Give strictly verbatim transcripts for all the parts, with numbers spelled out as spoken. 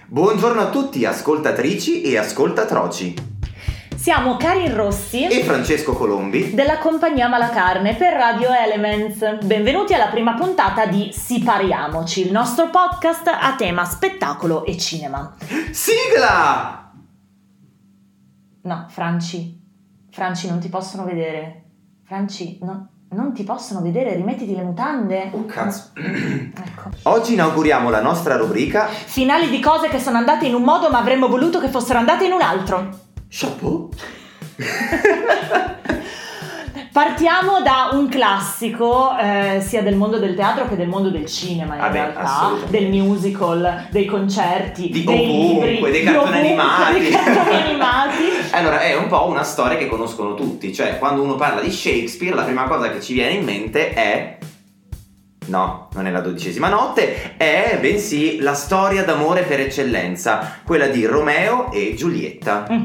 Buongiorno a tutti ascoltatrici e ascoltatroci. Siamo Karin Rossi e Francesco Colombi della compagnia Malacarne per Radio Elements. Benvenuti alla prima puntata di Sipariamoci, il nostro podcast a tema spettacolo e cinema. Sigla! No, Franci, Franci non ti possono vedere. Franci, no, non ti possono vedere, rimettiti le mutande. Oh cazzo. Ecco. Oggi inauguriamo la nostra rubrica Finali di cose che sono andate in un modo ma avremmo voluto che fossero andate in un altro. Chapeau. Partiamo da un classico eh, sia del mondo del teatro che del mondo del cinema in Vabbè, realtà, del musical, dei concerti, di dei ovunque, libri, dei di cartoni ovunque, animati. dei cartoni animati. Allora, è un po' una storia che conoscono tutti, cioè quando uno parla di Shakespeare la prima cosa che ci viene in mente è... No, non è la dodicesima notte, è bensì la storia d'amore per eccellenza, quella di Romeo e Giulietta. Mm.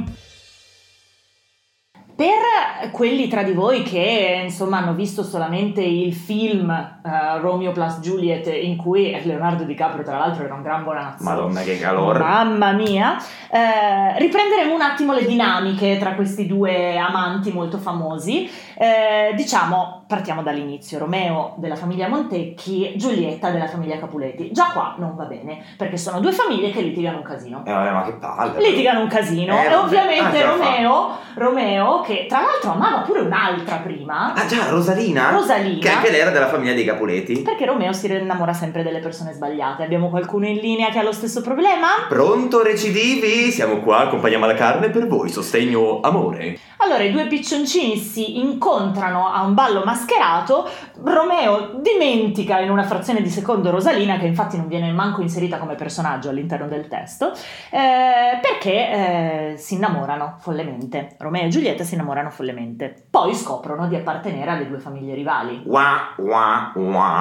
Per quelli tra di voi che insomma hanno visto solamente il film uh, Romeo plus Juliet, in cui Leonardo DiCaprio tra l'altro era un gran bonazzo, Madonna che calor, mamma mia, eh, riprenderemo un attimo le dinamiche tra questi due amanti molto famosi. Eh, diciamo, partiamo dall'inizio: Romeo della famiglia Montecchi, Giulietta della famiglia Capuletti. Già qua non va bene, perché sono due famiglie che litigano un casino. Eh vabbè, ma che palle. Litigano un casino eh, e ovviamente ah, Romeo, Romeo, che tra l'altro amava pure un'altra prima. Ah già, Rosalina? Rosalina. Che anche lei era della famiglia dei Capuletti. Perché Romeo si innamora sempre delle persone sbagliate. Abbiamo qualcuno in linea che ha lo stesso problema? Pronto recidivi? Siamo qua, accompagniamo la carne per voi, sostegno amore. Allora i due piccioncini si incontrano a un ballo mascherato. Romeo dimentica in una frazione di secondo Rosalina, che infatti non viene manco inserita come personaggio all'interno del testo, eh, perché eh, si innamorano follemente. Romeo e Giulietta si innamorano follemente. Poi scoprono di appartenere alle due famiglie rivali. Wah, wah,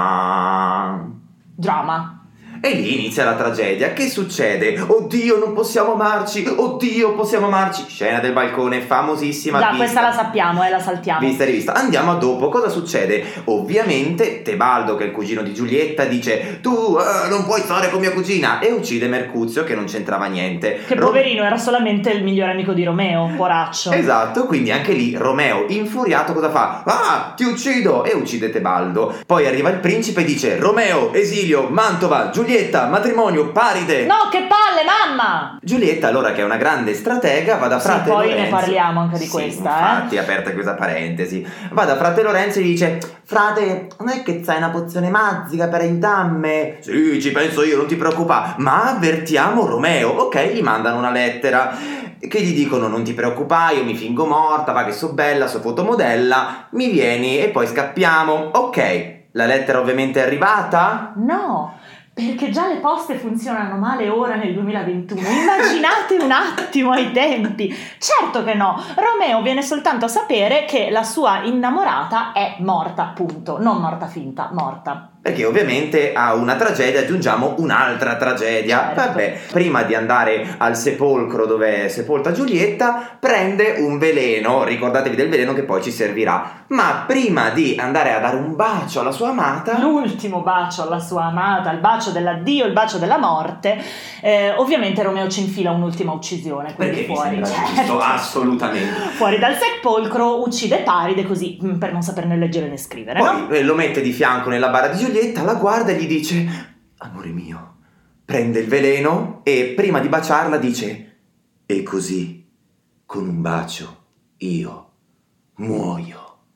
wah. Drama. E lì inizia la tragedia. Che succede? Oddio, non possiamo amarci. Oddio, possiamo amarci. Scena del balcone famosissima. Già, vista, questa la sappiamo, eh, la saltiamo. Vista e rivista. Andiamo a dopo. Cosa succede? Ovviamente Tebaldo, che è il cugino di Giulietta, dice: tu eh, non puoi stare con mia cugina, e uccide Mercuzio, che non c'entrava niente. Che poverino, era solamente il migliore amico di Romeo, poraccio. Esatto, quindi anche lì Romeo, infuriato, cosa fa? Ah, ti uccido! E uccide Tebaldo. Poi arriva il principe e dice: Romeo, esilio, Mantova, Giulietta, matrimonio, Paride. No, che palle, mamma! Giulietta, allora, che è una grande stratega, va da frate sì, poi Lorenzo. ne parliamo anche di sì, questa, infatti, eh. aperta questa parentesi. Va da frate Lorenzo e gli dice: frate, non è che c'hai una pozione magica per aiutarmi? Sì, ci penso io, non ti preoccupa. Ma avvertiamo Romeo. Ok, gli mandano una lettera che gli dicono: non ti preoccupare, io mi fingo morta, va che so bella, so fotomodella, mi vieni e poi scappiamo. Ok, la lettera ovviamente è arrivata? No, perché già le poste funzionano male ora nel duemilaventuno. Immaginate un attimo ai tempi. Certo che no. Romeo viene soltanto a sapere che la sua innamorata è morta, punto. Non morta finta, morta. Perché ovviamente a una tragedia aggiungiamo un'altra tragedia. Certo. Vabbè, prima di andare al sepolcro dove è sepolta Giulietta, prende un veleno, ricordatevi del veleno che poi ci servirà. Ma prima di andare a dare un bacio alla sua amata, l'ultimo bacio alla sua amata, il bacio dell'addio, il bacio della morte, eh, ovviamente Romeo ci infila un'ultima uccisione. Perché fuori, mi sembra certo. giusto, assolutamente. Fuori dal sepolcro uccide Paride, così per non saperne leggere né scrivere. Poi no? lo mette di fianco nella bara di Giulietta, la guarda e gli dice: amore mio. Prende il veleno e prima di baciarla dice: e così, con un bacio, io muoio.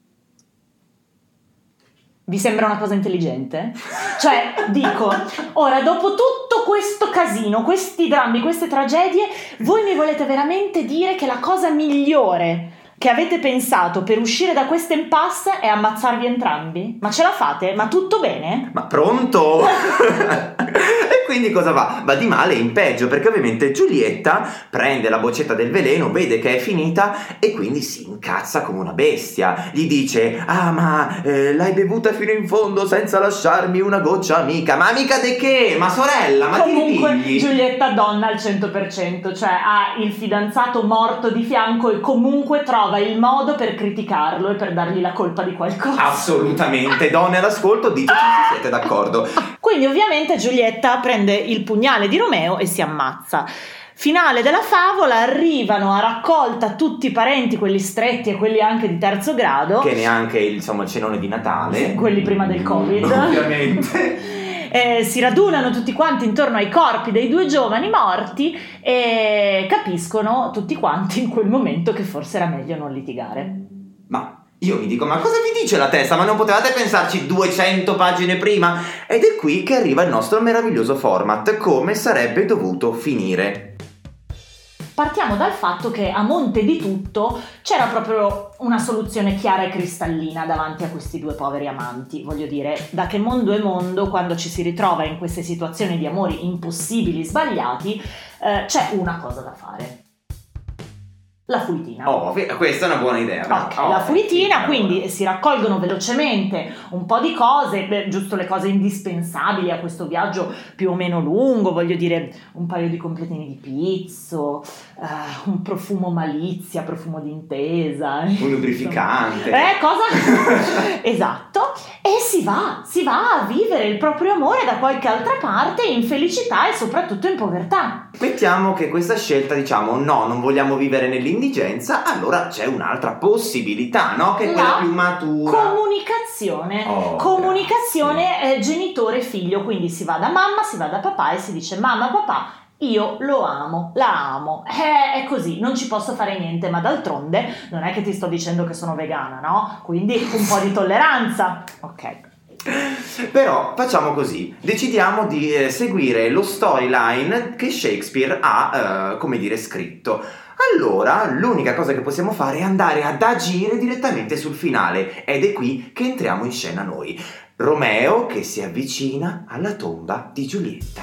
Vi sembra una cosa intelligente? Cioè, dico, ora dopo tutto questo casino, questi drammi, queste tragedie, voi mi volete veramente dire che la cosa migliore che avete pensato per uscire da questa impasse è ammazzarvi entrambi? Ma ce la fate? Ma tutto bene? Ma pronto? E quindi cosa va? Va di male in peggio, perché ovviamente Giulietta prende la boccetta del veleno, vede che è finita e quindi si incazza come una bestia. Gli dice: ah, ma eh, l'hai bevuta fino in fondo senza lasciarmi una goccia, amica. Ma amica di che? Ma sorella, ma comunque ti ripigli? Giulietta donna al cento per cento, cioè ha il fidanzato morto di fianco e comunque trova il modo per criticarlo e per dargli la colpa di qualcosa. Assolutamente, donne all'ascolto, diteci se siete d'accordo. Quindi ovviamente Giulietta prende il pugnale di Romeo e si ammazza. Finale della favola, arrivano a raccolta tutti i parenti, quelli stretti e quelli anche di terzo grado. Che neanche il, insomma, il cenone di Natale. Quelli prima del Covid. Ovviamente. eh, si radunano tutti quanti intorno ai corpi dei due giovani morti e capiscono tutti quanti in quel momento che forse era meglio non litigare. Ma io mi dico, ma cosa vi dice la testa? Ma non potevate pensarci duecento pagine prima? Ed è qui che arriva il nostro meraviglioso format, come sarebbe dovuto finire. Partiamo dal fatto che a monte di tutto c'era proprio una soluzione chiara e cristallina davanti a questi due poveri amanti. Voglio dire, da che mondo è mondo, quando ci si ritrova in queste situazioni di amori impossibili, sbagliati, eh, c'è una cosa da fare. La fuitina. Oh, questa è una buona idea. Okay, oh, la fuitina, sì, quindi no. si raccolgono velocemente un po' di cose, beh, giusto le cose indispensabili a questo viaggio più o meno lungo, voglio dire un paio di completini di pizzo, uh, un profumo malizia, profumo d'intesa. Un lubrificante. Eh, cosa? Esatto. E si va, si va a vivere il proprio amore da qualche altra parte in felicità e soprattutto in povertà. Mettiamo che questa scelta, diciamo, no, non vogliamo vivere nell'indigenza, allora c'è un'altra possibilità, no? Che è quella La più matura. Comunicazione. Oh, comunicazione eh, genitore-figlio, quindi si va da mamma, si va da papà e si dice: mamma, papà, io lo amo, la amo, eh, è così, non ci posso fare niente, ma d'altronde non è che ti sto dicendo che sono vegana, no? Quindi un po' di tolleranza. Ok. Però facciamo così, decidiamo di eh, seguire lo storyline che Shakespeare ha, eh, come dire, scritto. Allora, l'unica cosa che possiamo fare è andare ad agire direttamente sul finale, ed è qui che entriamo in scena noi. Romeo che si avvicina alla tomba di Giulietta.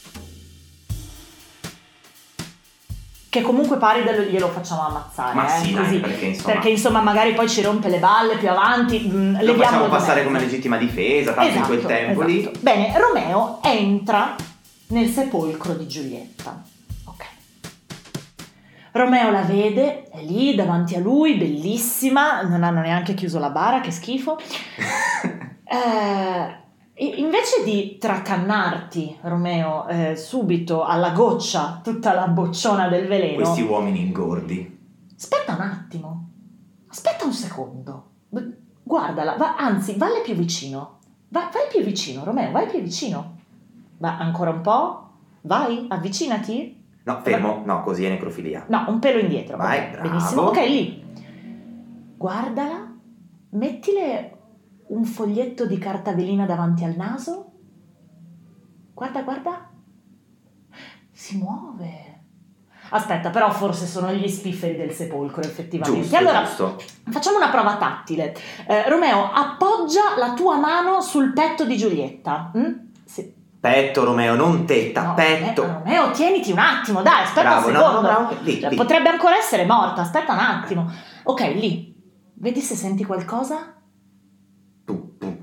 Che comunque Paridel glielo facciamo ammazzare. Ma eh, sì, così, dai, perché insomma... perché insomma magari poi ci rompe le balle più avanti. Mh, lo facciamo passare come legittima difesa, tanto esatto, in quel tempo esatto. lì. Bene, Romeo entra nel sepolcro di Giulietta. Ok. Romeo la vede, è lì davanti a lui, bellissima, non hanno neanche chiuso la bara, che schifo. eh... Invece di tracannarti, Romeo, eh, subito alla goccia tutta la bocciona del veleno, Questi uomini ingordi. Aspetta un attimo, aspetta un secondo, guardala, va, anzi, valle più vicino, va, vai più vicino, Romeo, vai più vicino, va ancora un po', vai, avvicinati. No, fermo, no, così è necrofilia. No, un pelo indietro. Vai, okay, bravo. Benissimo, ok, lì, guardala, mettile un foglietto di carta velina davanti al naso, guarda, guarda, si muove. Aspetta, però forse sono gli spifferi del sepolcro, effettivamente. Giusto, allora, giusto. Facciamo una prova tattile. Eh, Romeo, appoggia la tua mano sul petto di Giulietta. Mm? Sì. Petto, Romeo, non tetta, No, petto. Romeo, Romeo, tieniti un attimo, dai, aspetta Bravo, un no, secondo. no, bravo, lì, Cioè, lì. potrebbe ancora essere morta, aspetta un attimo. Ok, lì, vedi se senti qualcosa? Tu, tu.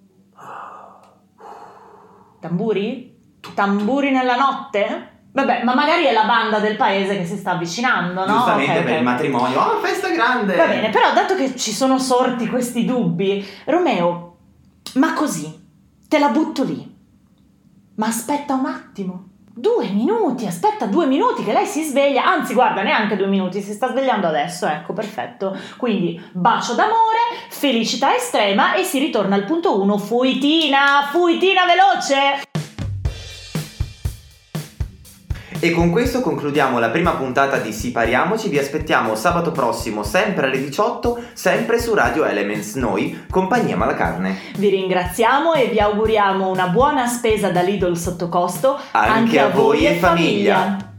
Tamburi? Tamburi nella notte? Vabbè, ma magari è la banda del paese che si sta avvicinando, no? Giustamente Okay, per okay. il matrimonio. Oh, festa grande! Va bene, però dato che ci sono sorti questi dubbi, Romeo, ma così, te la butto lì. Ma aspetta un attimo. Due minuti, aspetta due minuti che lei si sveglia, anzi guarda, neanche due minuti, si sta svegliando adesso, ecco, perfetto. Quindi bacio d'amore, felicità estrema e si ritorna al punto uno, fuitina, fuitina veloce! E con questo concludiamo la prima puntata di Sipariamoci. Vi aspettiamo sabato prossimo, sempre alle diciotto, sempre su Radio Elements. Noi, compagnia Malacarne. Vi ringraziamo e vi auguriamo una buona spesa da Lidl sotto costo Anche, anche a voi e famiglia. famiglia.